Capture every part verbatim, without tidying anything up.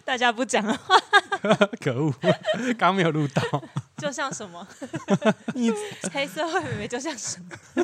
大家不讲的话。 可恶，刚没有录到。 就像什么？你黑社会妹妹就像什么？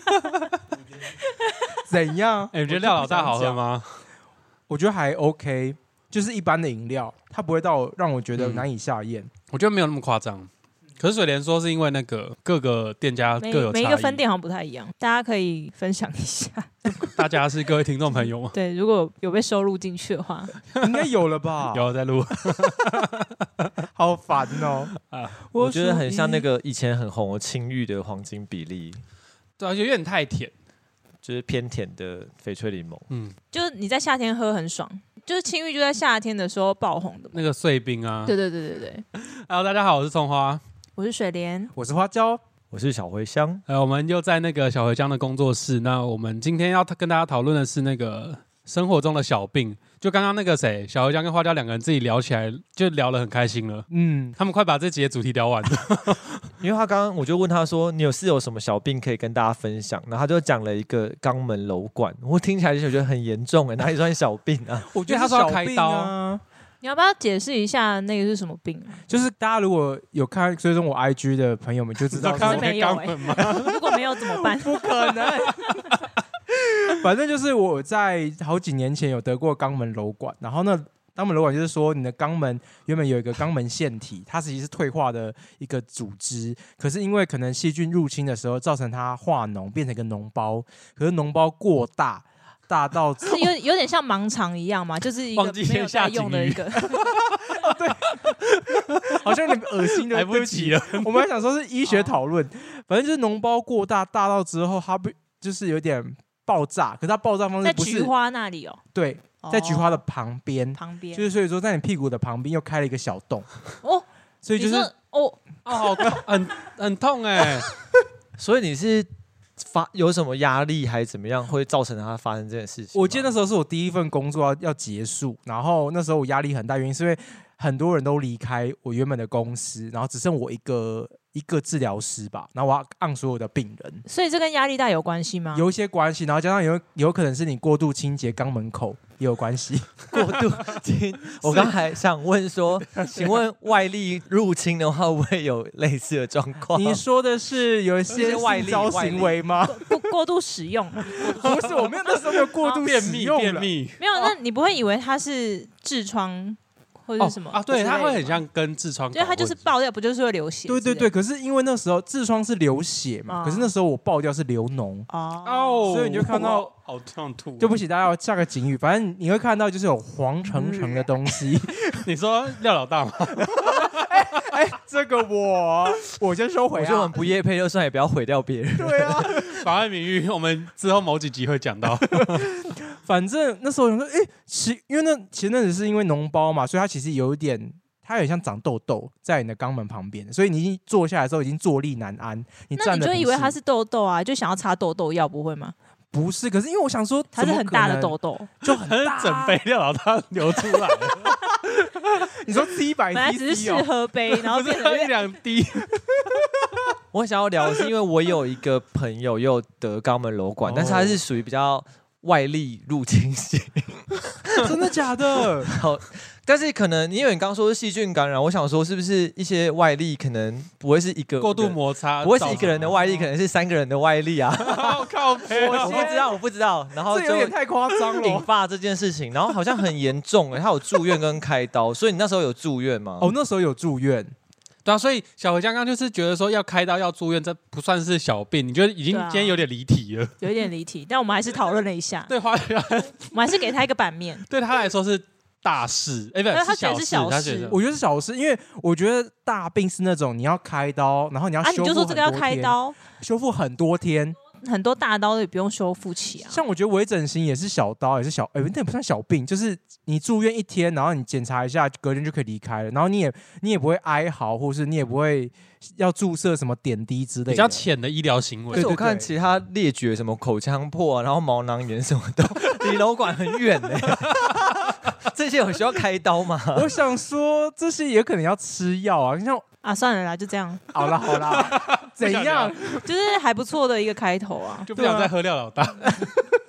怎样？ 哎、欸，你觉得廖老大好喝吗？ 我觉得还 OK， 就是一般的饮料，它不会到让我觉得难以下咽。嗯、 我觉得没有那么夸张。可是水莲说是因为那个各个店家各有差异， 每一个分店好像不太一样，大家可以分享一下。 大家是各位听众朋友吗？ 对，如果有被收录进去的话， 应该有了吧？ 有在录， 好烦哦、 啊！我觉得很像那个以前很红的青玉的黄金比例， 对啊，有点太甜， 就是偏甜的翡翠柠檬。 嗯，就是你在夏天喝很爽。就是青玉就在夏天的时候爆红的， 那个碎冰啊。 对对对对对。 Hello， 大家好，我是葱花， 我是水莲， 我是花椒， 我是小茴香。 呃，我们又在那个小茴香的工作室。那我们今天要跟大家讨论的是那个生活中的小病。就刚刚那个谁，小茴香跟花椒两个人自己聊起来，就聊得很开心了。嗯，他们快把这集的主题聊完了。 因为他刚刚我就问他说：“你有是有什么小病可以跟大家分享？”然后他就讲了一个肛门瘘管，我听起来就觉得很严重哎，哪里算小病啊？ 我觉得他说要开刀啊。 你要不要解释一下那个是什么病、啊？ 就是大家如果有看追踪我 I G 的朋友们就知道， 是没有哎、欸。如果没有怎么办？ 不可能。反正就是我在好几年前有得过肛门瘘管，然后呢，肛门瘘管就是说你的肛门原本有一个肛门腺体，它实际是退化的一个组织，可是因为可能细菌入侵的时候，造成它化脓变成一个脓包，可是脓包过大。大到是有有点像盲肠一样嘛，就是一个没有在用的一个。 哦，对，好像有点恶心的， 来不及了。 我们还想说是医学讨论，反正就是脓包过大，大到之后它不就是有点爆炸，可是它爆炸方式不是在菊花那里哦， 对，在菊花的旁边， 旁边就是所以说在你屁股的旁边又开了一个小洞哦， 所以就是哦哦，好很很痛哎， 所以你是。发有什么压力还是怎么样会造成他发生这件事情？ 我记得那时候是我第一份工作 要, 要结束，然后那时候我压力很大，原因是因为很多人都离开我原本的公司，然后只剩我一个一个治疗师吧，然后我要按所有的病人， 所以这跟压力大有关系吗？ 有一些关系，然后加上有有可能是你过度清洁肛门口也有关系。 过度清，我刚才想问说，请问外力入侵的话，会不会有类似的状况？ 你说的是有一些外力行为吗？ 过过度使用？ 不是，我没有那时候没有过度使用便秘， 没有。那你不会以为它是痔疮？或者是什么、 哦、啊？对，它会很像跟痔疮， 因为它就是爆掉，不就是会流血？ 对对对，可是因为那时候痔疮是流血嘛，哦、可是那时候我爆掉是流脓哦，所以你就看到好想吐。 对不起，大家要下个警语，反正你会看到就是有黄澄澄的东西。 你说廖老大吗？ 哎哎，这个我我先收回、啊。 我觉得我们不业配就算，也不要毁掉别人。 对啊， 妨碍名誉，我们之后某几集会讲到。 反正那时候我想说，哎、欸，其因为那前阵子是因为脓包嘛，所以它其实有一点，它有点像长痘痘在你的肛门旁边，所以你已经坐下来的时候已经坐立难安。你站那你就以为它是痘痘啊，就想要擦痘痘药，不会吗？ 不是，可是因为我想说， 它是很大的痘痘， 就很大、啊， 整杯廖老大流出来了。 你说七百 C C 哦， 本来只是试喝杯，然后变成一两滴。 我想要聊的是，因为我有一个朋友又得肛门瘘管，哦、但是他是属于比较外力入侵型。 真的假的？ 好，但是可能因为你刚刚说是细菌感染，我想说是不是一些外力可能不会是一个过度摩擦， 不会是一个人的外力，可能是三个人的外力啊。 靠北， 我不知道，我不知道。然后就有点太夸张了， 引发这件事情，然后好像很严重哎，他有住院跟开刀，所以你那时候有住院吗？ 哦，那时候有住院。 对啊，所以小茴香刚就是觉得说要开刀要住院，这不算是小病，你觉得已经今天有点离题了， 有一点离题，但我们还是讨论了一下。 对花椒， 我们还是给他一个版面。 对他来说是大事，哎、欸，不， 他觉得是小事， 他觉得我觉得是小事，因为我觉得大病是那种你要开刀，然后你要修复很多天，啊， 你就说这个要开刀， 修复很多天。 很多大刀也不用修复起啊， 像我觉得微整形也是小刀，也是小，哎、欸，那也不算小病，就是你住院一天，然后你检查一下，隔天就可以离开了，然后你也你也不会哀嚎，或是你也不会要注射什么点滴之类的， 比较浅的医疗行为。 但是我看其他列举什么口腔破啊，然后毛囊炎什么的，离瘘管很远呢、欸。这些有需要开刀吗？ 我想说这些也可能要吃药啊，像啊，算了啦，就这样。 好啦好啦，怎样？ 就是还不错的一个开头啊， 就不想再喝廖老大。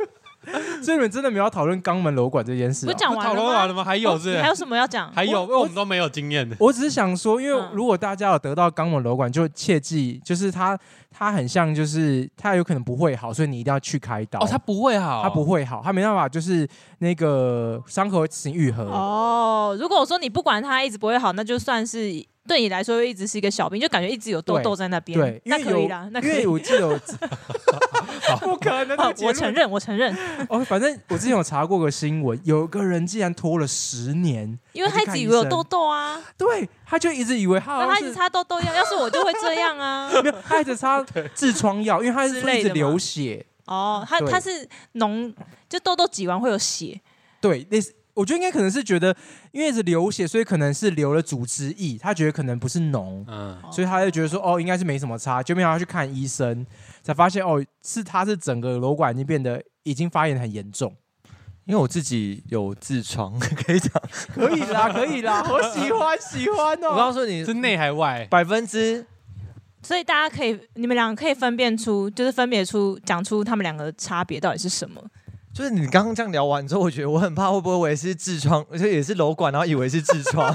所以你们真的没有讨论肛门瘘管这件事、啊？ 不讲完了吗？ 讨论完了吗？还有是、 哦？还有什么要讲？ 还有，因为我们都没有经验的。 我只是想说，因为如果大家有得到肛门瘘管，就切记，就是它它很像，就是它有可能不会好，所以你一定要去开刀。 哦，它不会好， 它不会好，它没办法，就是那个伤口进行愈合。 哦，如果我说你不管它一直不会好，那就算是对你来说一直是一个小病，就感觉一直有痘痘在那边。 对， 那可以啦，那可以。 因为我记得有，不可能、 哦，我承认，我承认。 哦，反正我之前有查过个新闻，有个人竟然拖了十年， 因为他一直以为有痘痘啊。 对，他就一直以为他好像那他一直擦痘痘药，要是我就会这样啊。 没有，他一直擦痔疮药，因为他是一直流血。 哦，他他是脓，就痘痘挤完会有血。 对，类似。我觉得应该可能是觉得，因为是流血，所以可能是流了组织液，他觉得可能不是脓，嗯，所以他就觉得说，哦，应该是没什么差，就没有要去看医生，才发现哦，是他是整个瘘管已经变得已经发炎很严重。 因为我自己有痔疮，可以讲， 可以啦，可以啦，我喜欢喜欢哦。 我告诉你， 是内还外， 百分之， 所以大家可以，你们两个可以分辨出，就是分别出讲出他们两个的差别到底是什么。 就是你刚刚这样聊完之后，我觉得我很怕会不会我也是痔疮，而且也是瘘管，然后以为是痔疮。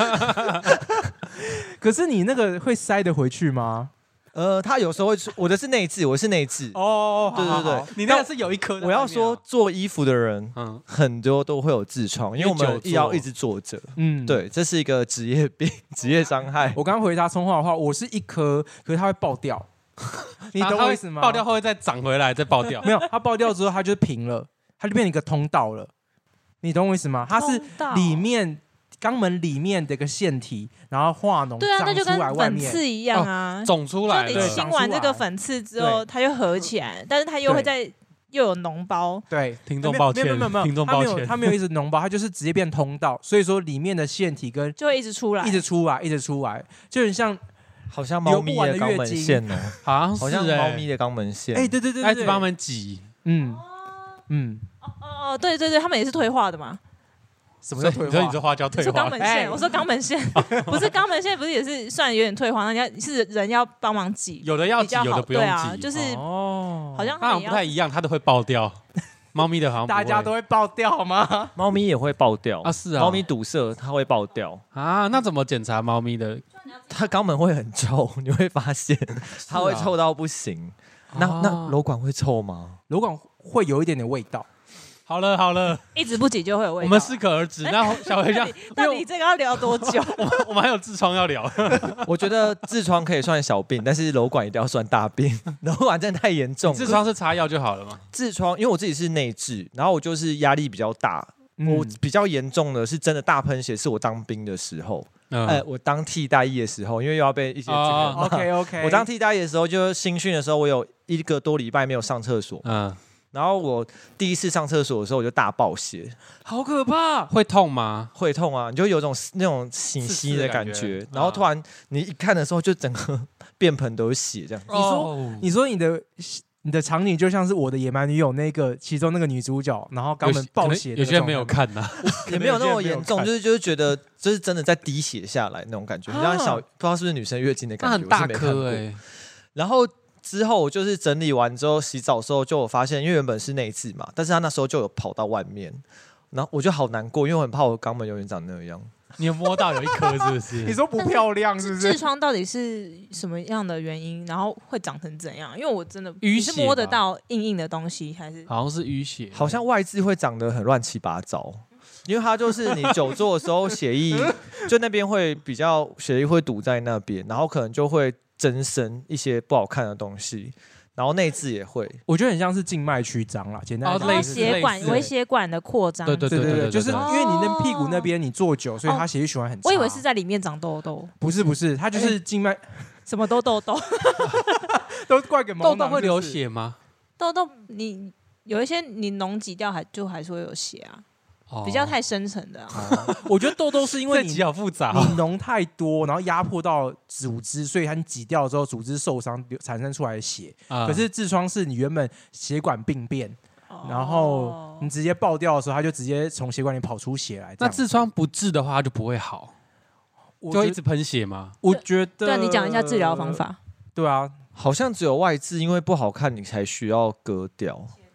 可是你那个会塞得回去吗？ 呃，他有时候会出，我的是内痔，我是内痔。 哦， 对对对， 你那个是有一颗的。 我要说做衣服的人，嗯，很多都会有痔疮，因为我们要一直坐着。嗯，对，这是一个职业病，职业伤害。 我刚回答聪话的话，我是一颗，可是它会爆掉。你懂我意思吗？ 爆掉后会再长回来，再爆掉。 没有，它爆掉之后它就平了。它就变成一个通道了，你懂我意思吗？它是里面肛门里面的一个腺体，然后化脓， 对啊，那就跟粉刺一样啊， 哦、肿出来。 就你清完这个粉刺之后，它就合起来，但是它又会在又有脓包。 对， 听众抱歉， 没有没有没有， 听众抱歉， 它没有一直脓包，它就是直接变通道，所以说里面的腺体跟就会一直出来， 一直出来，一直出来，就很像。 好像猫咪的肛门腺哦， 好像好像猫咪的肛门腺。 哎，对对对， 一直帮他们挤， 嗯嗯。 哦哦，对对对，他们也是退化的嘛。 什么叫退化？ 所以你说花椒退化？ 说肛门腺，我说肛门腺，不是肛门腺，不是也是算有点退化？那你要是人要帮忙挤， 有的要挤，有的不用挤， 啊、就是哦，好像它好像不太一样，它都会爆掉。猫咪的好像大家都会爆掉吗？ 猫咪也会爆掉啊，是啊， 猫咪堵塞它会爆掉啊。那怎么检查猫咪的？ 它肛门会很臭，你会发现它会臭到不行。那那瘘管会臭吗？ 瘘管会有一点点味道。 好了好了， 一直不挤就会有味道。 我们适可而止。那小茴香， 到底这个要聊多久？ 我们我们还有痔疮要聊。 我觉得痔疮可以算小病，但是瘘管一定要算大病。瘘管真的太严重了。 痔疮是擦药就好了吗？ 痔疮，因为我自己是内痔，然后我就是压力比较大。嗯、我比较严重的是真的大喷血，是我当兵的时候。嗯、呃，我当替代役的时候，因为又要被一些这个、 哦、OK OK， 我当替代役的时候，就新训的时候，我有一个多礼拜没有上厕所。嗯。然后我第一次上厕所的时候，我就大爆血， 好可怕！ 会痛吗？ 会痛啊，你就有种那种醒息的感觉。刺刺的感觉然后突然你一看的时候，就整个便盆都是血这样。 你说，哦、你说你的你的场景就像是我的野蛮女友那个其中那个女主角，然后肛门爆血。 有些人没有看呐、啊， 也没有那么严重，就是就是觉得就是真的在滴血下来那种感觉，很像小不知道是不是女生月经的感觉， 很大颗哎、欸。 然后。之后我就是整理完之后洗澡的时候，就我发现，因为原本是内痔嘛，但是他那时候就有跑到外面，然后我就好难过，因为我很怕我肛门永远长那样。 你有摸到有一颗是不是？ 你说不漂亮是不是？ 痔疮到底是什么样的原因？然后会长成怎样？因为我真的淤血， 你是摸得到硬硬的东西还是？ 好像是淤血， 好像外痔会长得很乱七八糟。因为它就是你久坐的时候，血液就那边会比较血液会堵在那边，然后可能就会增生一些不好看的东西，然后内痔也会， 我觉得很像是静脉曲张啦，简单哦，类似血管微血管的扩张， 对对对对对， 就是因为你那屁股那边你坐久，所以它血液循环很差。 我以为是在里面长痘痘， 不是不是，它就是静脉， 什么都痘痘， 都怪给痘痘会流血吗？ 痘痘你有一些你脓挤掉还就还是会有血啊。比较太深层的、啊哦，我觉得痘痘是因为你好复杂、 哦，你脓太多，然后压迫到组织，所以它挤掉之后，组织受伤产生出来的血。嗯、可是痔疮是你原本血管病变，哦、然后你直接爆掉的时候，它就直接从血管里跑出血来。 那痔疮不治的话，它就不会好，就会一直喷血吗？ 我觉得， 对，你讲一下治疗方法。 对啊， 好像只有外痔，因为不好看，你才需要割掉。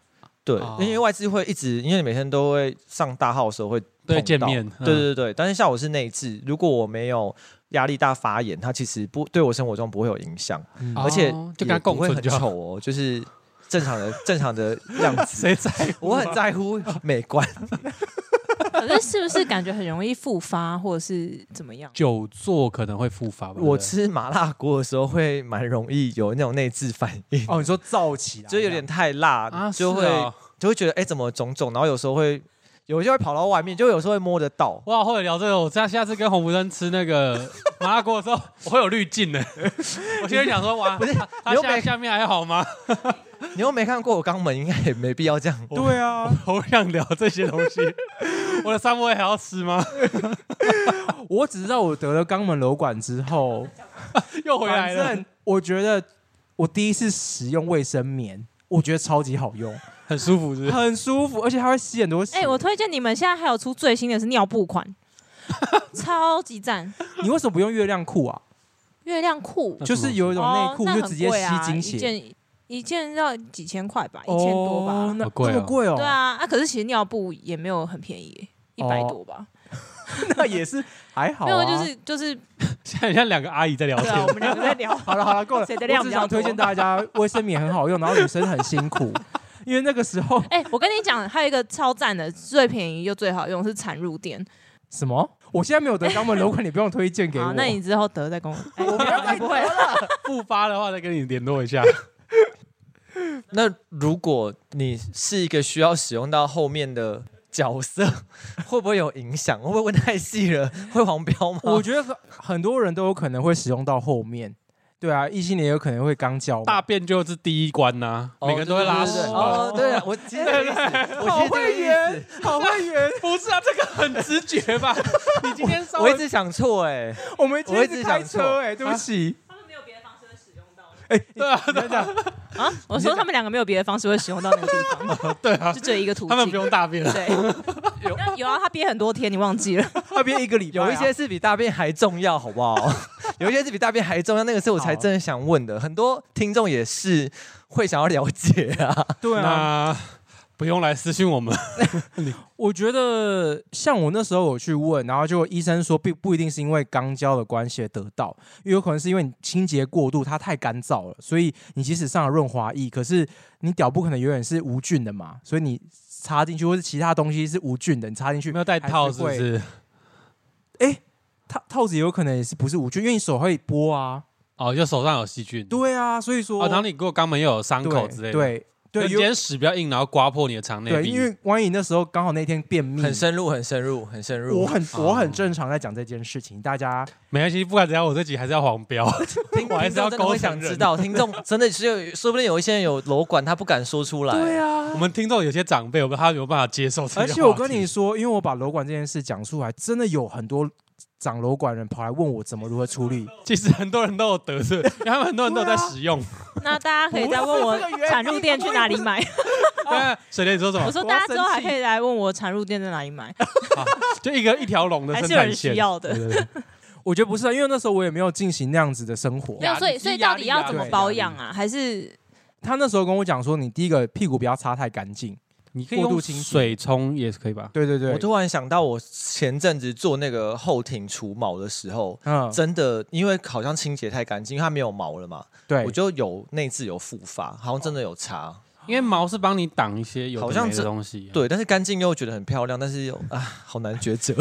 对，哦、因为外痔会一直，因为你每天都会上大号的时候会对见面， 对对对。但是像我是内痔，如果我没有压力大发炎，它其实不对我生活中不会有影响，嗯、而且就跟它共存就好，不会很丑哦，就是正常的正常的样子。 谁在乎？ 我很在乎美观。 可是是不是感觉很容易复发，或者是怎么样？ 久坐可能会复发吧。 我吃麻辣锅的时候会蛮容易有那种内痔反应。 哦，你说燥起来， 就有点太辣， 啊、 就会、 哦、 就会觉得哎、欸、怎么肿肿，然后有时候会有些会跑到外面，就有时候会摸得到。 哇，或者聊这个，我下下次跟洪福生吃那个麻辣锅的时候，我会有滤镜的。我现在想说，哇， 不是他下下面还好吗？ 你又没看过我肛门，应该也没必要这样。 对啊， 我不想聊这些东西。我的三味还要吃吗？ 我只知道我得了肛门瘘管之后又回来了。 反正我觉得我第一次使用卫生棉，我觉得超级好用， 很舒服是不是？ 很舒服，而且它会吸很多血。 哎、欸，我推荐你们现在还有出最新的是尿布款，超级赞。 你为什么不用月亮裤啊？ 月亮裤就是有一种内裤、 哦、 就直接吸精血。 一件一件要几千块吧，一千多吧， 哦、那好贵哦、 这么贵哦。 对啊，啊，可是其实尿布也没有很便宜，一百多吧。 那也是还好、啊， 没有，就是就是， 现在像两个阿姨在聊天， 对啊，我们两个在聊。 好了好了，够了。 谁的量比较多？ 我只想推荐大家，卫生棉很好用，然后女生很辛苦，因为那个时候， 哎、欸，我跟你讲，还有一个超赞的，最便宜又最好用是产褥垫。 什么？我现在没有得肛门瘘管，你不用推荐给我。 好，那你之后得再跟我。 欸、我不要再不会了， 复发的话再跟你联络一下。 那如果你是一个需要使用到后面的角色，会不会有影响？会不会问太细了？会黄标吗？ 我觉得很多人都有可能会使用到后面。对啊，异性恋也有可能会肛交。 大便就是第一关呐、啊哦，每个人都会拉屎。 哦，对啊，我其实这个意思， 好会圆，好会圆。 不是啊，这个很直觉吧？你今天稍微我一直想错哎、欸， 我们今天一直开车哎、欸，对不起。 他们没有别的方式会使用到。 哎、欸，对啊，你讲啊，我说他们两个没有别的方式会使用到那个地方。 对啊， 就只有一个途径。 他们不用大便。 对，有有啊，他憋很多天，你忘记了？ 他憋一个礼拜、啊， 有一些是比大便还重要，好不好？有一些是比大便还重要，那个是我才真的想问的。很多听众也是会想要了解啊。 对啊， 不用来私讯我们。 我觉得像我那时候有去问，然后就医生说并不一定是因为肛交的关系得到，因为有可能是因为你清洁过度，它太干燥了，所以你即使上了润滑液，可是你屌不可能永远是无菌的嘛，所以你插进去或是其他东西是无菌的，你插进去没有戴套是不是？ 哎。套套子也有可能也是不是无菌，因为你手会拨啊。 哦，就手上有细菌。 对啊，所以说， 哦，然后你如果肛门又有伤口之类的， 对对， 今天屎比较硬，然后刮破你的肠内壁。 对，因为万一那时候刚好那天便秘， 很深入，很深入，很深入。 我很、哦、我很正常在讲这件事情，大家没关系，不管怎样，我这集还是要黄标， 听我还是要勾想知道，听众真的是有，说不定有一些人有瘘管，他不敢说出来。 对啊， 我们听众有些长辈，我们他有办法接受。 而且我跟你说，因为我把瘘管这件事讲出来，真的有很多。长瘘管人跑来问我怎么如何处理， 其实很多人都有得是，因为他们很多人都有在使用。 那大家可以再问我产褥垫去哪里买。 水莲你说什么？ 我说大家之后还可以来问我产褥垫在哪里买。 就一个一条龙的生产线， 还是有人需要的。 对对对我觉得不是啊，因为那时候我也没有进行那样子的生活。 没有，所以所以到底要怎么保养啊？还是他那时候跟我讲说，你第一个屁股不要擦太干净。 你可以用水冲也是可以吧？ 对对对， 我突然想到，我前阵子做那个后庭除毛的时候，嗯，真的因为好像清洁太干净，因为它没有毛了嘛，对，我就有内痔有复发，好像真的有差。 因为毛是帮你挡一些有的没的东西、啊， 对，但是干净又觉得很漂亮，但是又啊，好难抉择。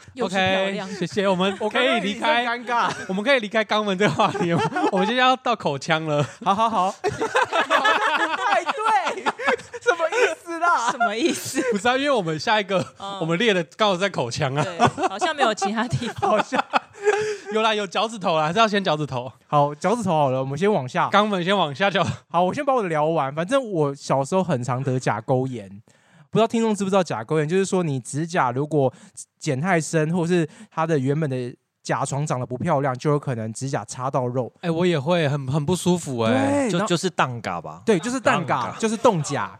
OK， 谢谢，我们可以离开尴尬， 我们可以离开肛门这个话题，我们现在要到口腔了。 好好好，太对，什么意思啦？ 什么意思？ 不知道，因为我们下一个、嗯、我们列的刚好在口腔啊， 对，好像没有其他地方， 好像有啦，有脚趾头啦，还是要先脚趾头。 好，脚趾头好了，我们先往下， 肛门先往下脚。 好，我先把我的聊完。反正我小时候很常得甲沟炎，不知道听众知不知道甲沟炎？就是说你指甲如果剪太深，或是它的原本的甲床长得不漂亮，就有可能指甲插到肉。 哎、欸，我也会很很不舒服哎、 欸， 就就是荡嘎吧？ 对，就是荡嘎，就是冻甲。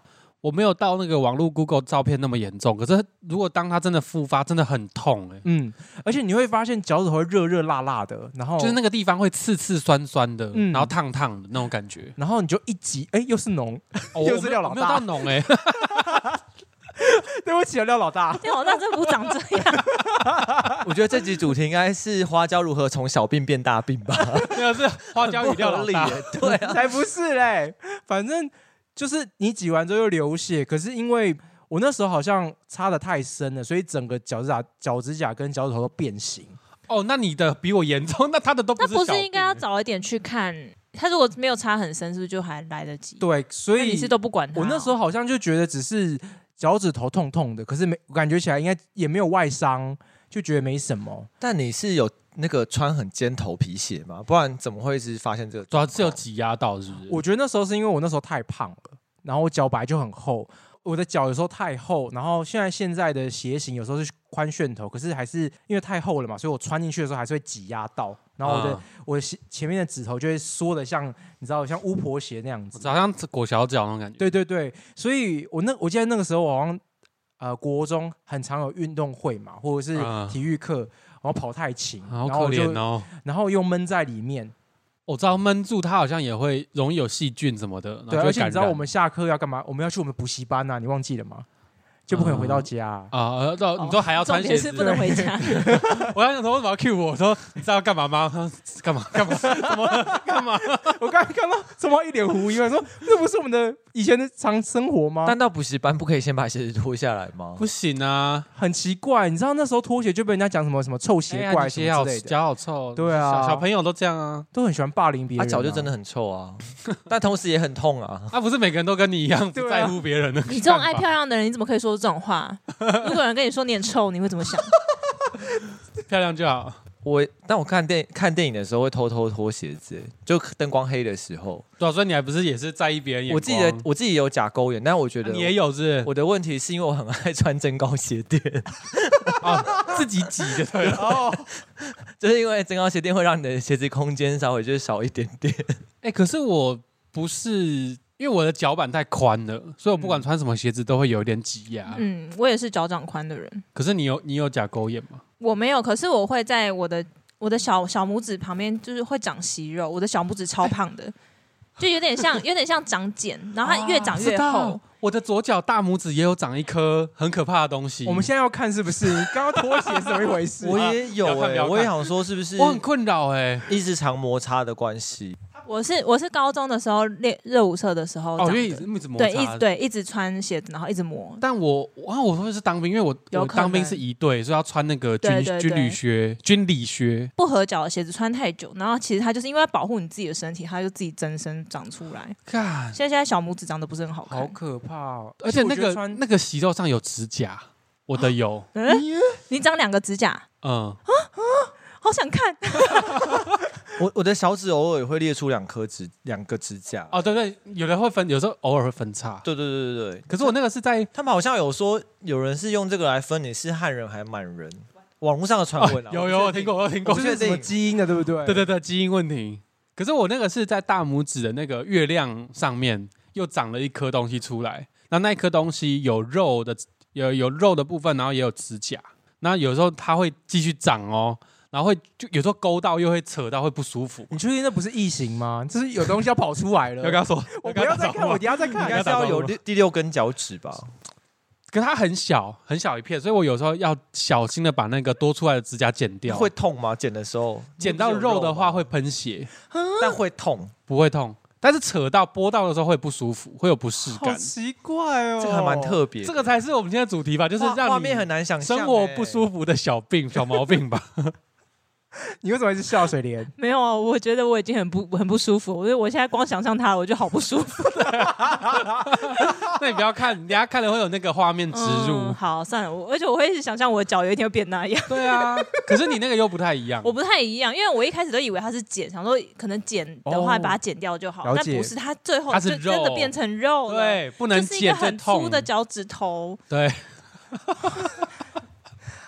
我没有到那个网络 Google 照片那么严重，可是如果当它真的复发，真的很痛哎、欸。 嗯，而且你会发现脚趾头会热热辣辣的，然后就是那个地方会刺刺酸酸的， 嗯然后烫烫的那种感觉。 然后你就一挤，哎，又是脓， 哦、 又是廖老大， 没有到脓哎、欸。 对不起啊，廖老大， 廖老大真不长这样。 我觉得这集主题应该是花椒如何从小病变大病吧？ 没有是花椒与廖老大， 对啊， 才不是嘞，反正就是你挤完之后又流血，可是因为我那时候好像擦的太深了，所以整个脚趾甲、脚趾甲跟脚趾头都变形。 哦，那你的比我严重，那他的都不那是小病。 不是应该要早一点去看？他如果没有擦很深，是不是就还来得及？ 对，所以你是都不管他、哦。 我那时候好像就觉得只是脚趾头痛痛的，可是没感觉起来应该也没有外伤，就觉得没什么。 但你是有那个穿很尖头皮鞋吗？不然怎么会是发现这个？ 主要是有挤压到，是不是？ 我觉得那时候是因为我那时候太胖了，然后我脚本来就很厚，我的脚有时候太厚，然后现在现在的鞋型有时候是宽楦头，可是还是因为太厚了嘛，所以我穿进去的时候还是会挤压到，然后我的、嗯、我的前面的指头就会缩的像你知道像巫婆鞋那样子， 好像裹小脚那种感觉。 对对对，所以我那我记得那个时候我好像呃国中很常有运动会嘛，或者是体育课，嗯、然后跑太勤， 好可怜哦， 然后又闷在里面。 我知道闷住，它好像也会容易有细菌什么的。 对，而且你知道我们下课要干嘛？我们要去我们补习班啊，你忘记了吗？就不可以回到家啊！ 啊啊哦、你说还要穿鞋子， 是不能回家。 我刚想说为什么要 cue 我？我说你知道干嘛吗？干嘛干嘛？怎么干嘛？ 我刚才看到怎么一脸狐疑，我说这不是我们的以前的常生活吗？ 但到补习班不可以先把鞋子脱下来吗？ 不行啊， 很奇怪。你知道那时候脱鞋就被人家讲什么什么臭鞋怪什么之类的， 脚好臭。 对啊小，小朋友都这样啊， 都很喜欢霸凌别人、啊。 他脚就真的很臭啊，但同时也很痛啊。 那、啊、不是每个人都跟你一样不在乎别人的、啊。 你这种爱漂亮的人，你怎么可以说出这种话？如果有人跟你说你很臭，你会怎么想？ 漂亮就好。 我但我看电看电影的时候会偷偷脱鞋子，就灯光黑的时候。 对啊，所以你还不是也是在意别人眼光？ 我自己的我自己有甲沟炎，但我觉得、 啊、你也有是不是？ 我的问题是因为我很爱穿增高鞋垫， 哦，自己挤就对了。哦， 就是因为增高鞋垫会让你的鞋子空间稍微就是少一点点。 哎、欸，可是我不是。因为我的脚板太宽了，所以我不管穿什么鞋子都会有一点挤压。 嗯，我也是脚掌宽的人。 可是你有你有甲沟炎吗？ 我没有，可是我会在我的我的小小拇指旁边就是会长息肉，我的小拇指超胖的，就有点像有点像长茧，然后它越长越厚。 啊、我的左脚大拇指也有长一颗很可怕的东西。 我们现在要看是不是？你刚刚脱鞋是怎么一回事？ 我也有哎、欸，我也想说是不是？ 我很困扰哎， 一直常摩擦的关系。 我是我是高中的时候练热舞社的时候， 哦，因为一直一直摩擦， 对，一直对一直穿鞋子，然后一直磨。 但我啊，我说的是当兵，因为我我当兵是一队，所以要穿那个军对对对军旅靴、军礼靴。 不合脚的鞋子穿太久，然后其实它就是因为要保护你自己的身体，它就自己增生长出来。 看， 现在现在小拇指长得不是很好看， 好可怕哦！ 而且那个那个息肉上有指甲，我的有。 嗯，你长两个指甲？ 嗯啊啊，好想看。 我我的小指偶尔也会裂出两颗指两个指甲。 哦，对对，有的会分，有时候偶尔会分叉。 对对对对对。 可是我那个是在他们好像有说有人是用这个来分你是汉人还是满人，网络上的传闻啊。 哦、有有我听过，我听过， 就是什么基因的，对不对？ 对对对，基因问题。可是我那个是在大拇指的那个月亮上面又长了一颗东西出来，然后那一颗东西有肉的，有有肉的部分，然后也有指甲，然后有时候它会继续长哦。然后会就有时候勾到又会扯到会不舒服。 你确定那不是异形吗？就是有东西要跑出来了。 要跟他说， 我不要再看，我等一下再看。 应该是要有第六根脚趾吧？ 可是它很小，很小一片，所以我有时候要小心的把那个多出来的指甲剪掉。 会痛吗？剪的时候？ 剪到肉的话会喷血， 但会痛？ 不会痛。但是扯到拨到的时候会不舒服，会有不适感。 好奇怪哦， 这个还蛮特别。 这个才是我们今天的主题吧，就是让你画面很难想象， 生活不舒服的小病、小毛病吧。 你为什么一直笑水莲？ 没有啊，我觉得我已经很不很不舒服，我我现在光想象它，我就好不舒服。 那你不要看，你等下看了会有那个画面植入。 嗯、好，算了，我而且我会一直想象我的脚有一天会变那样。 对啊，可是你那个又不太一样。 我不太一样，因为我一开始都以为它是剪，想说可能剪的话把它剪掉就好， 哦、 但不是，它最后就它是肉真的变成肉了。 对，不能剪， 就是一个很粗的脚趾头。 对。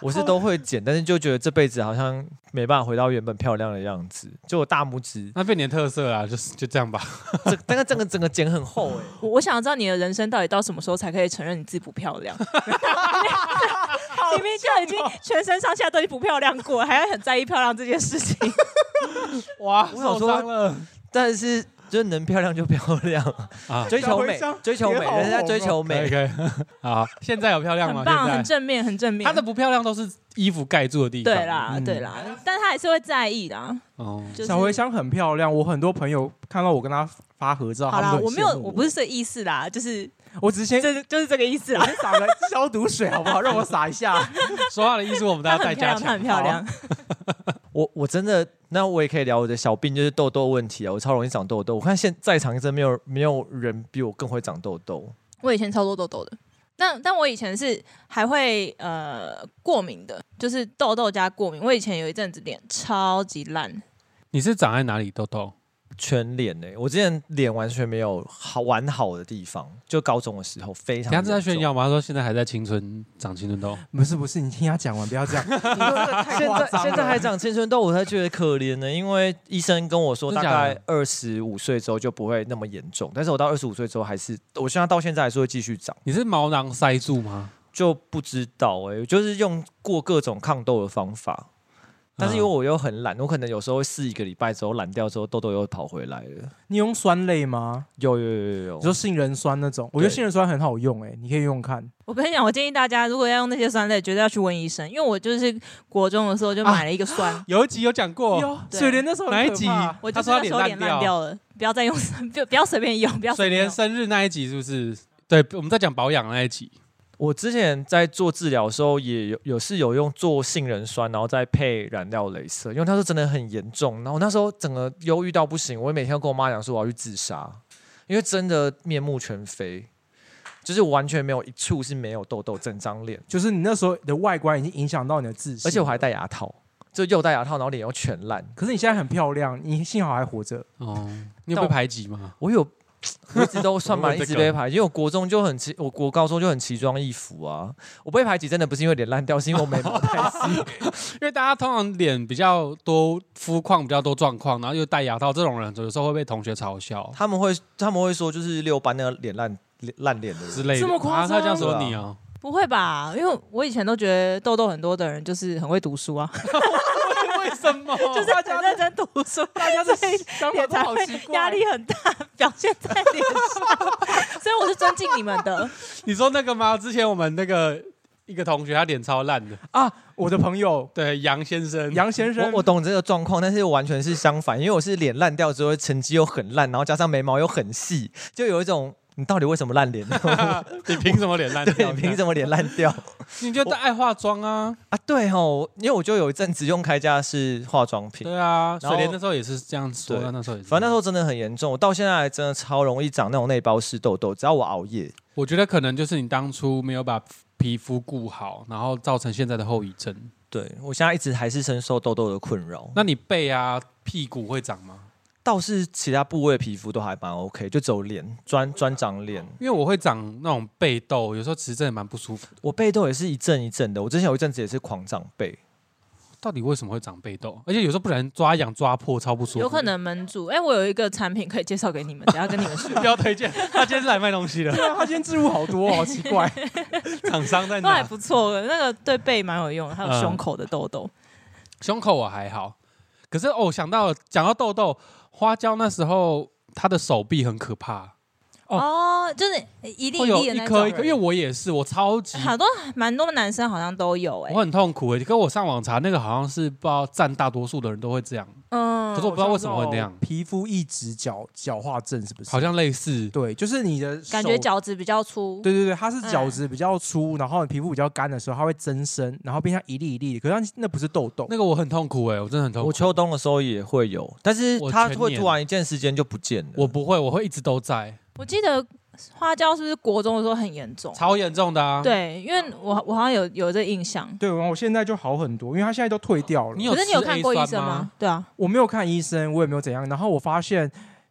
我是都会剪，但是就觉得这辈子好像没办法回到原本漂亮的样子，就我大拇指那变你的特色啊，就是就这样吧。 这但是整个整个剪很厚哎、欸。 我我想知道你的人生到底到什么时候才可以承认你自己不漂亮？明明就已经全身上下都已经不漂亮过，还要很在意漂亮这件事情。 哇， 我想受伤了。 但是就是能漂亮就漂亮啊，追求美，追求美，人家追求美。 可以，好，现在有漂亮吗？ 很棒，很正面，很正面。 他的不漂亮都是衣服盖住的地方。 对啦，嗯、对啦，但他还是会在意的、啊。哦，就是、 小茴香很漂亮，我很多朋友看到我跟他发合照， 好啦，我没有， 我我不是这个意思啦，就是我只是先， 这就是这个意思啦。 我撒个消毒水好不好？让我撒一下。 说话的意思我们大家再加强。 她很漂亮， 我我真的，那我也可以聊我的小病，就是痘痘问题啊。我超容易长痘痘，我看现在场真没有没有人比我更会长痘痘。 我以前超多痘痘的。但但我以前是还会呃过敏的，就是痘痘加过敏。我以前有一阵子脸超级烂。 你是长在哪里痘痘？ 全脸呢、欸？我之前脸完全没有好完好的地方，就高中的时候非常。 他是在炫耀吗？他说现在还在青春长青春痘。 不是不是，你听他讲完，不要这样。 现在现在还长青春痘，我才觉得可怜呢。因为医生跟我说，大概二十五岁之后就不会那么严重，但是我到二十五岁之后还是，我现在到现在还是会继续长。 你是毛囊塞住吗？ 就不知道哎、欸，就是用过各种抗痘的方法。但是因为我又很懒，我可能有时候会试一个礼拜之后懒掉之后，痘痘又跑回来了。 你用酸类吗？ 有有有有有， 你说杏仁酸那种，我觉得杏仁酸很好用哎、欸，你可以用用看。 我跟你讲，我建议大家如果要用那些酸类，绝对要去问医生，因为我就是国中的时候就买了一个酸， 啊、有一集有讲过， 水莲那时候哪一集？ 我就是那时候脸烂掉了，不要再用，不不要随便用，不要水莲生日那一集是不是？对，我们在讲保养那一集。 我之前在做治疗的时候，也有有是有用做杏仁酸，然后再配染料雷射，因为那时候真的很严重。然后那时候整个忧郁到不行，我每天要跟我妈讲说我要去自杀，因为真的面目全非，就是完全没有一处是没有痘痘，整张脸。 就是你那时候的外观已经影响到你的自信， 而且我还戴牙套，就又戴牙套，然后脸又全烂。 可是你现在很漂亮，你幸好还活着。 哦，你有被排挤吗？ 我有。我一直都算蛮一直被排挤，因为我国中就很奇，我国高中就很奇装异服啊。我被排挤真的不是因为脸烂掉，是因为我眉毛太细。 因为大家通常脸比较多肤况比较多状况，然后又戴牙套，这种人有时候会被同学嘲笑。 他们会他们会说就是六班那个脸烂烂脸的之类的， 这么夸张？ 他这样说你哦、 啊？不会吧？因为我以前都觉得痘痘很多的人就是很会读书啊。 为什么？ 就是很认真读书， 大家的想法都好奇怪， 压力很大，表现在脸上，所以我是尊敬你们的。 你说那个吗？之前我们那个一个同学，他脸超烂的啊，我的朋友， 对杨先生， 杨先生， 我我懂这个状况，但是完全是相反，因为我是脸烂掉之后，成绩又很烂，然后加上眉毛又很细，就有一种。你到底为什么烂脸？ 你凭什么脸烂掉？ 你凭什么脸烂掉？ 你就爱化妆啊！ 啊，对哦，因为我就有一阵子用开架是化妆品。 对啊，水莲那时候也是这样说，那时候也是。 反正那时候真的很严重，我到现在真的超容易长那种内包式痘痘，只要我熬夜。 我觉得可能就是你当初没有把皮肤顾好，然后造成现在的后遗症。 对，我现在一直还是深受痘痘的困扰。 那你背啊、屁股会长吗？ 倒是其他部位的皮肤都还蛮 OK， 就只有脸专专长脸， 因为我会长那种背痘，有时候其实真的蛮不舒服的。 我背痘也是一阵一阵的，我之前有一阵子也是狂长背。 到底为什么会长背痘？而且有时候不然抓痒抓破，超不舒服。 有可能闷住。哎、欸，我有一个产品可以介绍给你们，等一下跟你们说。 不要推荐，他今天是来卖东西的。 对啊，他今天置入好多，好奇怪。 厂商在哪？ 都还不错的，那个对背蛮有用的，还有胸口的痘痘。 嗯、胸口我还好，可是哦，想到讲到痘痘。花椒那时候他的手臂很可怕哦，哦就是一粒一粒的那种， 一颗一颗，因为我也是，我超级好多蛮多男生好像都有哎、欸， 我很痛苦哎、欸，可我上网查那个好像是不知道占大多数的人都会这样，嗯，可是我不知道为什么会那样， 皮肤异质角角化症是不是？ 好像类似， 对，就是你的感觉角质比较粗， 对对对，它是角质比较粗，嗯、然后你皮肤比较干的时候，它会增生，然后变成一粒一粒的，可是那不是痘痘， 那个我很痛苦哎、欸，我真的很痛苦。 我秋冬的时候也会有，但是它会突然一件时间就不见了。 我不会，我会一直都在。 我记得花椒是不是国中的时候很严重？ 超严重的啊！ 对，因为我我好像有有这印象。 对，我现在就好很多，因为他现在都退掉了。 你有可是你有看过医生吗？对啊， 我没有看医生，我也没有怎样。然后我发现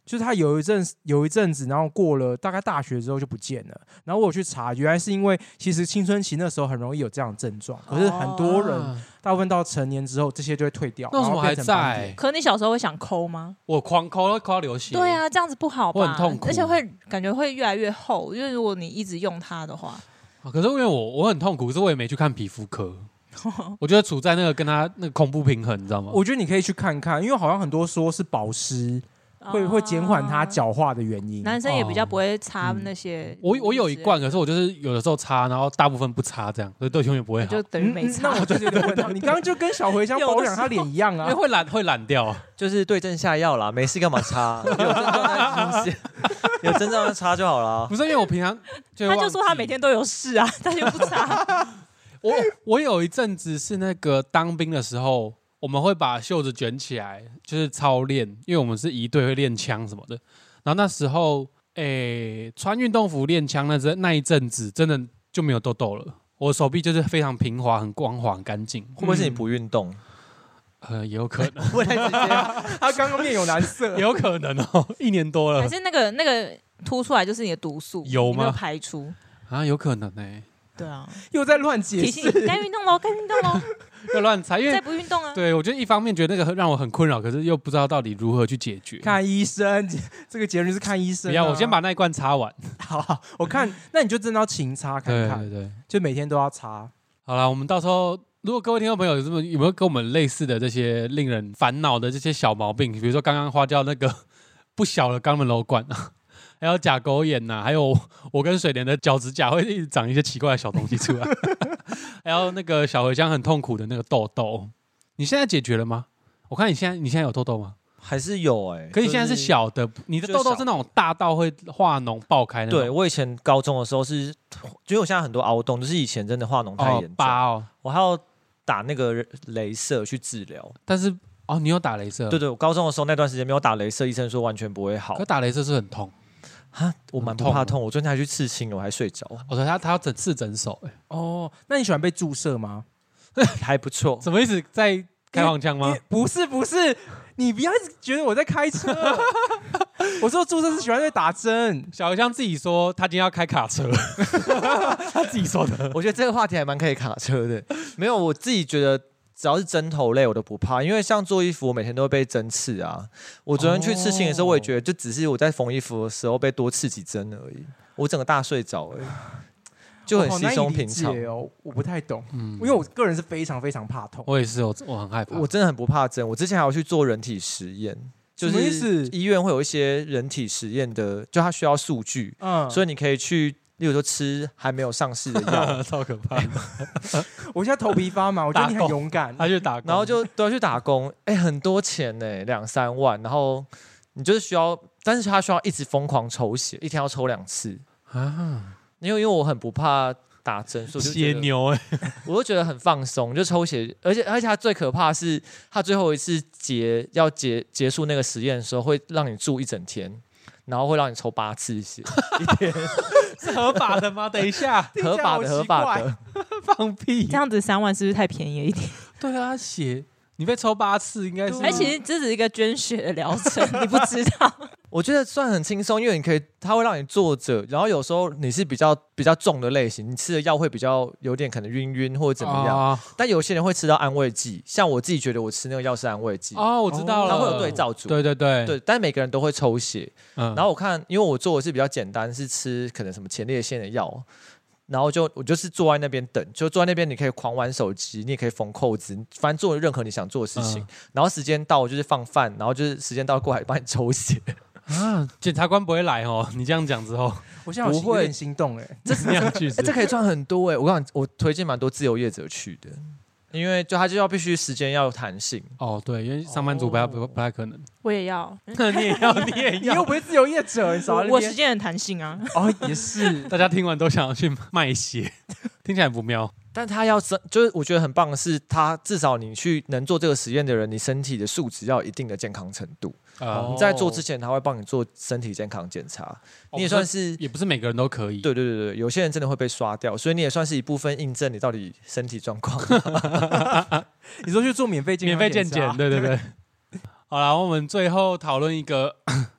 就是他有一阵有一阵子，然后过了大概大学之后就不见了。然后我有去查，原来是因为其实青春期那时候很容易有这样的症状，可是很多人、哦、大部分到成年之后这些就会退掉。 那为什么还在？ 可你小时候会想抠吗？ 我狂抠，抠到流血。 对啊，这样子不好吧？ 我很痛苦， 而且会感觉会越来越厚，因为如果你一直用它的话。 可是因为我我很痛苦，可是我也没去看皮肤科。我觉得处在那个跟他那个恐怖平衡，你知道吗？ 我觉得你可以去看看，因为好像很多说是保湿。会会减缓它角化的原因， 男生也比较不会擦那些、嗯。 我我有一罐，可是我就是有的时候擦，然后大部分不擦，这样所以都永远不会好， 就等于没擦。 嗯、那我就有点问号，你刚刚就跟小茴香保养他脸一样啊， 因为会懒会懒掉， 就是对症下药啦，没事干嘛擦？有症状再出现，有症状就擦就好了。 不是因为我平常就他就说他每天都有事啊，他就不擦。 我我有一阵子是那个当兵的时候。我们会把袖子卷起来，就是操练，因为我们是仪队会练枪什么的。然后那时候，诶，穿运动服练枪那阵那一阵子，真的就没有痘痘了。我手臂就是非常平滑、很光滑、很干净。 会不会是你不运动？ 呃，也有可能。 不太直接， 他刚刚面有难色， 也有可能哦。一年多了， 还是那个那个凸出来就是你的毒素， 有吗？ 没有排出啊，有可能呢、欸。 对啊， 又在乱解释。 该运动喽，该运动喽。 要乱猜，因为再不运动啊。 对，我觉得一方面觉得那个让我很困扰，可是又不知道到底如何去解决。 看医生，这个结论是看医生、啊。 不要，我先把那一罐擦完。 好, 好，我看，那你就真的要勤擦看看， 对对对， 就每天都要擦。 好啦，我们到时候如果各位听众朋友有这么有没有跟我们类似的这些令人烦恼的这些小毛病，比如说刚刚花椒那个不小的肛门瘘管啊。还有甲沟炎呐、啊，还有我跟水莲的脚趾甲会一直长一些奇怪的小东西出来，还有那个小茴香很痛苦的那个痘痘，你现在解决了吗？我看你现在你现在有痘痘吗？ 还是有哎、欸， 可是你现在是小的，你的痘痘是那种大到会化脓爆开那种。 对，我以前高中的时候是，因为我现在很多凹洞，就是以前真的化脓太严重， 疤哦， 我还要打那个雷射去治疗。 但是哦，你有打雷射？ 对对，我高中的时候那段时间没有打雷射，医生说完全不会好。 可打雷射是很痛。 哈，我蛮不怕痛，我昨天还去刺青了，我还睡着。 我说他他要整刺整手哎、 欸。哦，那你喜欢被注射吗？ 还不错。 什么意思？在开黄腔吗？ 不是不是，你不要觉得我在开车。我说注射是喜欢被打针。 小茴香自己说他今天要开卡车，他自己说的。 我觉得这个话题还蛮可以卡车的。没有，我自己觉得。只要是针头类我都不怕，因为像做衣服我每天都会被针刺啊。我昨天去刺青的时候，我也觉得就只是我在缝衣服的时候被多刺几针而已，我整个大睡着而已，就很稀松平常。 哦，我不太懂，嗯，因为我个人是非常非常怕痛。 我也是，我我很害怕， 我真的很不怕针。我之前还要去做人体实验，就是医院会有一些人体实验的，就它需要数据，嗯，所以你可以去。例如说吃还没有上市的药， 超可怕的。 我现在头皮发麻，我觉得你很勇敢。 他去打工， 然后就都要去打工，哎、欸，很多钱呢、欸，两三万。然后你就是需要，但是他需要一直疯狂抽血，一天要抽两次啊。因为因为我很不怕打针，所以我就血牛哎、 欸，我就觉得很放松，就抽血。而且而且他最可怕的是，他最后一次结要结结束那个实验的时候，会让你住一整天。然后会让你抽八次血一天， 是合法的吗？等一下， 合法的，合法的， 放屁！ 这样子三万是不是太便宜了一点？ 对啊，血你被抽八次应该是， 而其实这只是一个捐血的疗程，你不知道。 我觉得算很轻松，因为你可以，它会让你坐着，然后有时候你是比较比较重的类型，你吃的药会比较有点可能晕晕或者怎么样。哦、但有些人会吃到安慰剂，像我自己觉得我吃那个药是安慰剂。 哦，我知道了， 它会有对照组。 对对对对，但是每个人都会抽血。嗯、然后我看，因为我做的是比较简单，是吃可能什么前列腺的药。然后就我就是坐在那边等，就坐在那边，你可以狂玩手机，你也可以缝扣子，反正做任何你想做的事情。嗯、然后时间到就是放饭，然后就是时间到过来帮你抽血。 啊，检察官不会来哦。你这样讲之后， 我现在有点心动哎， 这是样去、 欸，这可以赚很多哎。我跟你讲，我推荐蛮多自由业者去的，因为就他就要必须时间要有弹性。 哦，对，因为上班族不太、哦、不太可能。 我也要， 你也要，你也要， 你又不是自由业者，你少我时间很弹性啊。 哦，也是， 大家听完都想要去卖血，听起来不妙。 但他要就是我觉得很棒的是，他至少你去能做这个实验的人，你身体的素质要有一定的健康程度。Uh, 你在做之前，他会帮你做身体健康检查，哦、你也算是也不是每个人都可以。 对对对对，有些人真的会被刷掉，所以你也算是一部分印证你到底身体状况。 你说去做免费健免费健检，对对对。好啦，我们最后讨论一个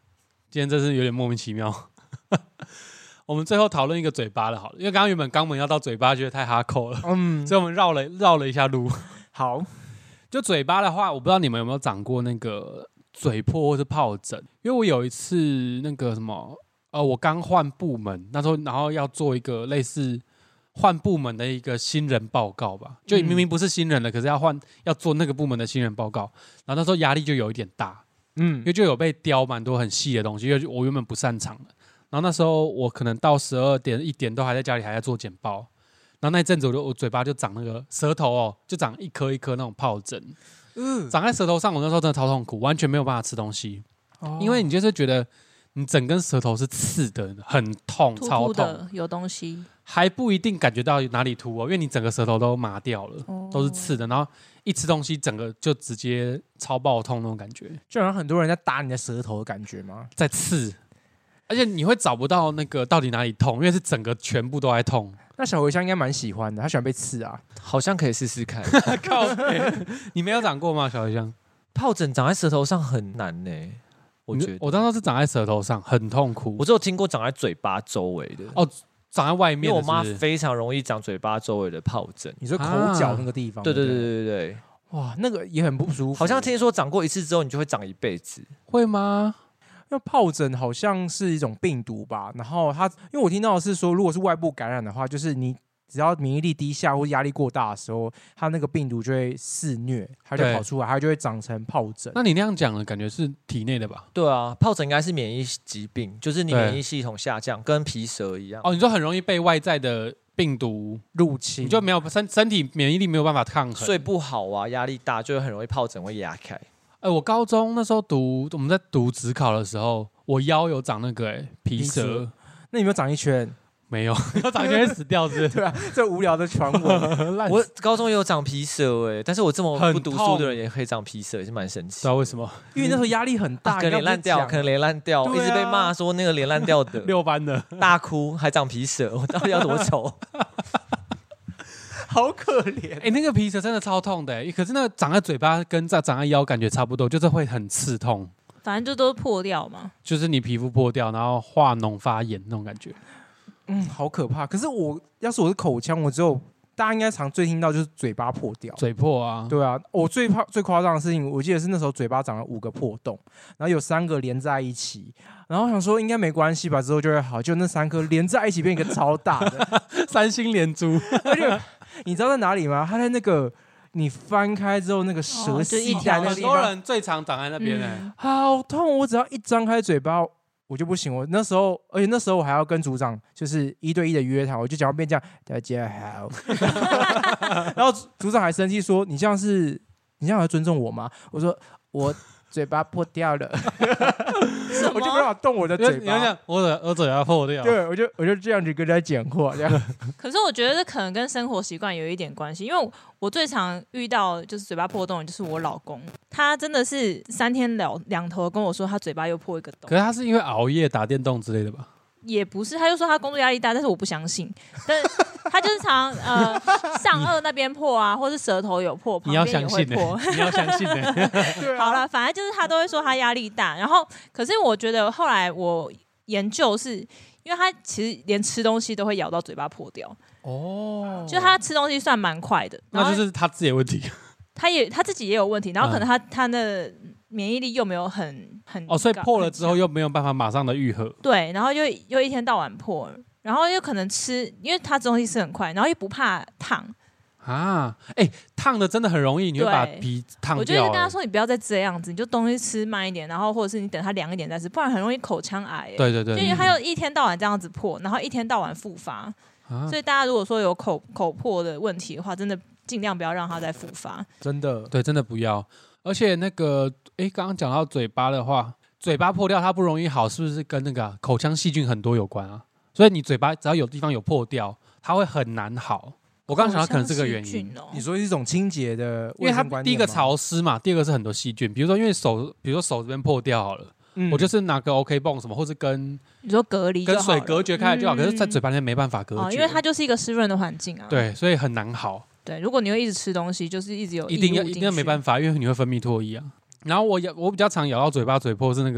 今天真是有点莫名其妙。我们最后讨论一个嘴巴的好了，因为刚刚原本肛门要到嘴巴，觉得太哈扣了，嗯，所以我们绕了绕了一下路。 好， 就嘴巴的话，我不知道你们有没有长过那个嘴破或是疱疹，因为我有一次那个什么，呃，我刚换部门，那时候然后要做一个类似换部门的一个新人报告吧，就明明不是新人了，可是要换要做那个部门的新人报告，然后那时候压力就有一点大，嗯，因为就有被雕蛮多很细的东西，因为我原本不擅长的。然后那时候我可能到十二点一点都还在家里还在做简报，然后那一阵子我就我嘴巴就长那个舌头哦，就长一颗一颗那种疱疹，嗯，长在舌头上，我那时候真的超痛苦，完全没有办法吃东西，哦、因为你就是觉得你整根舌头是刺的，很痛， 突突超痛，有东西， 还不一定感觉到哪里凸哦，因为你整个舌头都麻掉了，哦、都是刺的，然后一吃东西整个就直接超爆痛那种感觉， 就好像很多人在打你的舌头的感觉吗？ 在刺。而且你会找不到那个到底哪里痛，因为是整个全部都在痛。 那小茴香应该蛮喜欢的，他喜欢被刺啊， 好像可以试试看。 靠北，你没有长过吗？小茴香， 疱疹长在舌头上很难呢、欸，我觉得。 我当时是长在舌头上，很痛苦。 我只有听过长在嘴巴周围的。 哦，长在外面的是不是， 因为我妈非常容易长嘴巴周围的疱疹。 你说口角那个地方？ 对对对对对对。 哇，那个也很不舒服。 好像听说长过一次之后，你就会长一辈子。 会吗？ 因为疱疹好像是一种病毒吧，然后它，因为我听到的是说，如果是外部感染的话，就是你只要免疫力低下或压力过大的时候，它那个病毒就会肆虐，它就跑出来，它就会长成疱疹。 那你那样讲的感觉是体内的吧？ 对啊，疱疹应该是免疫疾病，就是你免疫系统下降，跟皮蛇一样。 哦，你说很容易被外在的病毒入侵， 你就没有身身体免疫力没有办法抗衡， 睡不好啊，压力大，就会很容易疱疹会压开。 哎、欸，我高中那时候读，我们在读指考的时候，我腰有长那个哎、欸、皮蛇， 那你有没有长一圈？ 没有，要长一圈会死掉是不是？ 对啊，这无聊的传闻。 我高中也有长皮蛇哎、欸，但是我这么不读书的人也可以长皮蛇，也是蛮神奇。 知道为什么？ 因为那时候压力很大， 啊、可能脸烂掉，可能脸烂掉，啊、一直被骂说那个脸烂掉的六班的大哭，还长皮蛇，我到底要多丑？ 好可怜！ 哎、欸，那个皮蛇真的超痛的、欸，可是那个长在嘴巴跟长在腰感觉差不多，就是会很刺痛。 反正就都是破掉嘛， 就是你皮肤破掉，然后化脓发炎那种感觉。 嗯，好可怕。可是我要是我是口腔，我只有大家应该常最听到就是嘴巴破掉， 嘴破啊。 对啊，我最怕最夸张的事情，我记得是那时候嘴巴长了五个破洞，然后有三个连在一起，然后想说应该没关系吧，之后就会好，就那三颗连在一起变一个超大的三星连珠， 而且你知道在哪里吗？它在那个你翻开之后那个舌系带那个地方， 很多人最常长在那边哎、 嗯，好痛！我只要一张开嘴巴，我就不行。我那时候，而且那时候我还要跟组长就是一对一的约谈，我就讲话变这样，大家好。然后组长还生气说：“你这样是，你这样还尊重我吗？”我说：“我嘴巴破掉了。”我就没办法动我的嘴巴。 你要讲我的我嘴巴破掉， 对，我就我就这样子跟他讲话，这样。 可是我觉得这可能跟生活习惯有一点关系，因为我我最常遇到就是嘴巴破洞的就是我老公，他真的是三天两两头跟我说他嘴巴又破一个洞。 可是他是因为熬夜打电动之类的吧？ 也不是，他就说他工作压力大，但是我不相信。但是他就是常呃上颚那边破啊，或是舌头有破，旁边也会破。 你要相信呢、欸。 好了，反正就是他都会说他压力大，然后可是我觉得后来我研究是因为他其实连吃东西都会咬到嘴巴破掉。哦，就他吃东西算蛮快的， 那就是他自己的问题。 他也他自己也有问题，然后可能他、嗯、他的免疫力又没有很很哦，所以破了之后又没有办法马上的愈合。 对，然后又又一天到晚破，然后又可能吃，因为他吃东西吃很快，然后又不怕烫啊。哎、欸，烫的真的很容易，你会把皮烫掉。 我就跟他说，你不要再这样子，你就东西吃慢一点，然后或者是你等它凉一点再吃，不然很容易口腔癌、欸。 对对对， 就因为他又一天到晚这样子破，然后一天到晚复发，啊、所以大家如果说有口口破的问题的话，真的。尽量不要让它再复发， 真的， 对，真的不要。而且那个，哎，刚刚讲到嘴巴的话，嘴巴破掉它不容易好，是不是跟那个口腔细菌很多有关啊？所以你嘴巴只要有地方有破掉，它会很难好。我刚刚想到可能是这个原因。 哦、 你说是一种清洁的卫生观念吗？ 因为它第一个潮湿嘛，第二个是很多细菌。比如说，因为手，比如说手这边破掉好了。嗯、我就是拿个 OK 泵什么，或是跟你说隔离跟水隔绝开来就好，嗯、可是在嘴巴里面没办法隔绝、 哦，因为它就是一个湿润的环境啊。 对，所以很难好。 对，如果你会一直吃东西，就是一直有一定要一定要没办法，因为你会分泌唾液啊。然后我咬我比较常咬到嘴巴嘴破是那个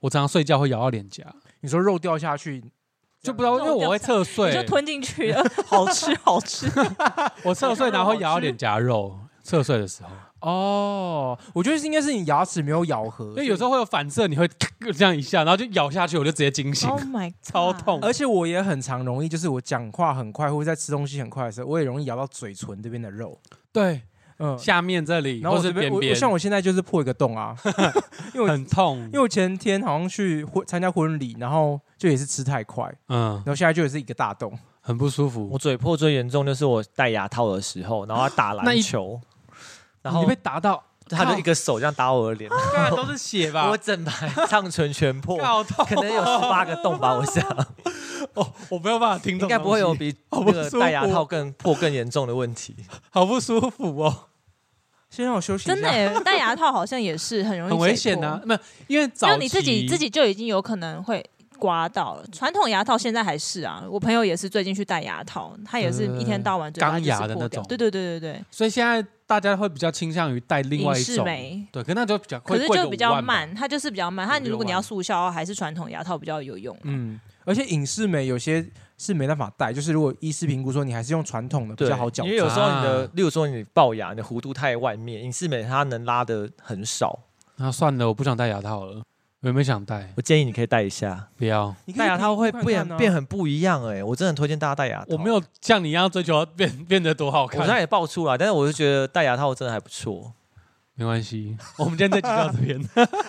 我常常睡觉会咬到脸颊。 你说肉掉下去， 就不知道，因为我会侧睡， 你就吞进去了，好吃好吃。 我侧睡然后会咬到脸颊肉，侧睡的时候。 哦，我觉得应该是你牙齿没有咬合， 因为有时候会有反射，你会这样一下，然后就咬下去，我就直接惊醒。 Oh my god， 超痛！ 而且我也很常容易，就是我讲话很快，或者在吃东西很快的时候，我也容易咬到嘴唇这边的肉。 对， 嗯， 下面这里， 然后或是边边， 像我现在就是破一个洞啊，因为我很痛。 因为我前天好像去婚参加婚礼，然后就也是吃太快，嗯，然后现在就也是一个大洞， 很不舒服。 我嘴破最严重就是我戴牙套的时候，然后他打篮球，然后你被打到。 他就一个手这样打我的脸， 都是血吧？ 我整排上唇全破，可能有十八个洞吧，我想。 哦，我没有办法听懂， 应该不会有比那个戴牙套更破更严重的问题。 好不舒服哦！ 先让我休息一下。 真的耶，戴牙套好像也是很容易很危险啊！没有，因为早期你自己自己就已经有可能会刮到了。传统牙套现在还是啊，我朋友也是最近去戴牙套，他也是一天到晚嘴巴钢牙的那种。 对对对对对。 所以现在大家会比较倾向于戴另外一种，对，可是那就比较贵， 可是就比较慢，它就是比较慢。它如果你要速效，还是传统牙套比较有用。 嗯，而且隐适美有些是没办法戴，就是如果医师评估说你还是用传统的比较好矫正， 因为有时候你的，例如说你龅牙，你的弧度太外面，隐适美它能拉的很少。 那算了，我不想戴牙套了。我有没有想戴？ 我建议你可以戴一下， 不要戴牙套会变变很不一样哎、欸，我真的很推荐大家戴牙套。 我没有像你一样追求变变得多好看， 我现在也爆出来，但是我就觉得戴牙套真的还不错。 没关系，我们今天这集到这边。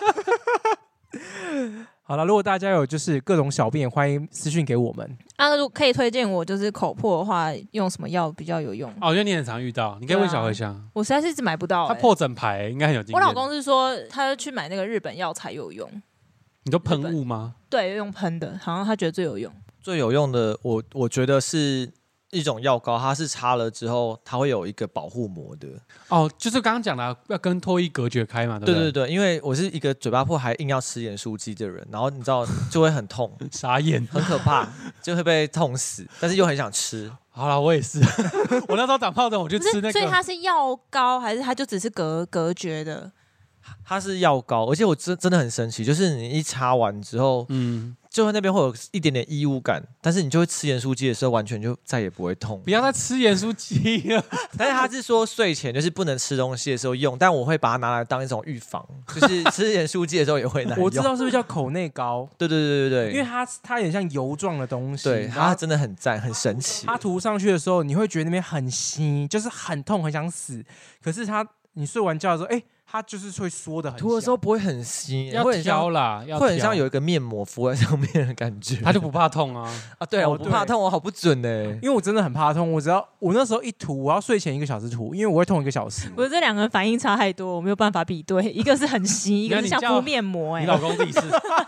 好了，如果大家有就是各种小病，也欢迎私讯给我们。 啊，如果可以推荐我就是口破的话，用什么药比较有用？ 哦，因为你很常遇到，你可以问小茴香、啊。 我实在是一直买不到、欸， 他破整排应该很有经验。 我老公是说他去买那个日本药才有用。 你都喷雾吗？ 对，用喷的，好像他觉得最有用。 最有用的，我我觉得是一种药膏，它是擦了之后，它会有一个保护膜的。 哦，就是刚刚讲的，要跟唾液隔绝开嘛，对不对？ 对对对，因为我是一个嘴巴破还硬要吃盐酥鸡的人，然后你知道就会很痛， 傻眼， 很可怕，就会被痛死，但是又很想吃。 好了，我也是，我那时候长疱疹，我就吃那个。 所以它是药膏，还是它就只是隔隔绝的？ 它是药膏，而且我真真的很神奇，就是你一擦完之后，嗯，就会那边会有一点点异物感，但是你就会吃盐酥鸡的时候，完全就再也不会痛。 不要再吃盐酥鸡了。 但是他是说睡前就是不能吃东西的时候用，但我会把它拿来当一种预防，就是吃盐酥鸡的时候也会拿来用。 我知道是不是叫口内膏？ 对对对对对， 因为它它有点像油状的东西， 对，它真的很赞，很神奇。 它涂上去的时候，你会觉得那边很腥，就是很痛，很想死。可是它你睡完觉的时候，哎、欸。它就是会缩的很， 涂的时候不会很稀， 要挑啦，要会很像有一个面膜敷在上面的感觉。 它就不怕痛啊啊！对啊，我不怕痛，我好不准呢、欸， 因为我真的很怕痛。我只要我那时候一涂，我要睡前一个小时涂，因为我会痛一个小时。 我这两个人反应差太多，我没有办法比对。一个是很稀，一个是像敷面膜、欸。哎， 你老公自己试。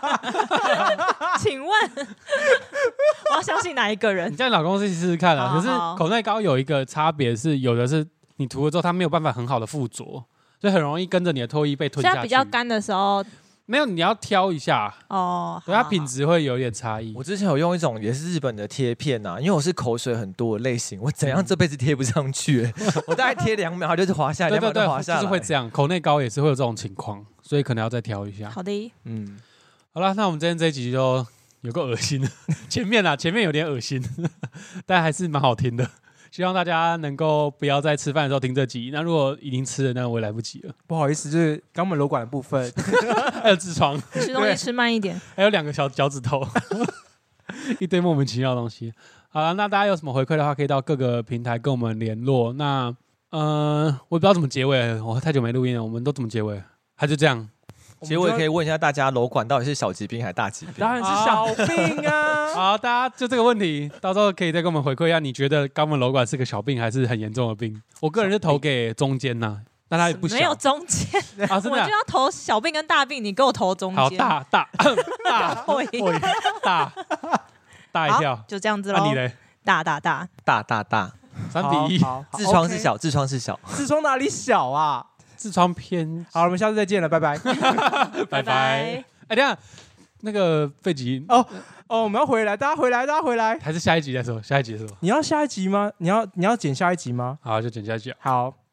请问我要相信哪一个人？ 你叫你老公自己试试看啊。可是口内膏有一个差别是，有的是你涂了之后，它没有办法很好的附着。所以很容易跟着你的唾液被吞下去。 现在比较干的时候， 没有，你要挑一下哦，对，它品质会有点差异。 我之前有用一种也是日本的贴片啊，因为我是口水很多的类型，我怎样这辈子贴不上去、欸？我大概贴两秒，它就是滑下来，两秒就滑下来， 就是会这样。口内膏也是会有这种情况，所以可能要再挑一下。 好的， 嗯，好了，那我们今天这一集就有个恶心的，前面啊，前面有点恶心，但还是蛮好听的。希望大家能够不要在吃饭的时候听这集。那如果已经吃了，那我也来不及了。 不好意思，就是肛门瘘管的部分， 还有痔疮， 吃东西吃慢一点， 还有两个小脚趾头，一堆莫名其妙的东西。好了，那大家有什么回馈的话，可以到各个平台跟我们联络。那呃，我也不知道怎么结尾，我太久没录音了，我们都怎么结尾？还是这样？ 其实我也可以问一下大家，瘘管到底是小疾病还是大疾病？ 当然是小病啊！ 好，大家就这个问题，到时候可以再跟我们回馈一下，你觉得肛门瘘管是个小病还是很严重的病？我个人是投给中间呐、啊，那它也不小， 没有中间啊，真的、啊， 我就要投小病跟大病，你给我投中间。 好，大大大会大大一票， 就这样子咯。 那、啊、你嘞？ 大大大大大大， 三比一， 痔疮是小，痔疮是小， 痔疮哪里小啊？ 痔疮偏好，我们下次再见了，拜拜， 拜拜。哎，等一下那个废集哦哦，我们要回来，大家回来，大家回来， 还是下一集再说？下一集再说。 你要下一集吗？你要你要剪下一集吗？ 好，就剪下一集。 好。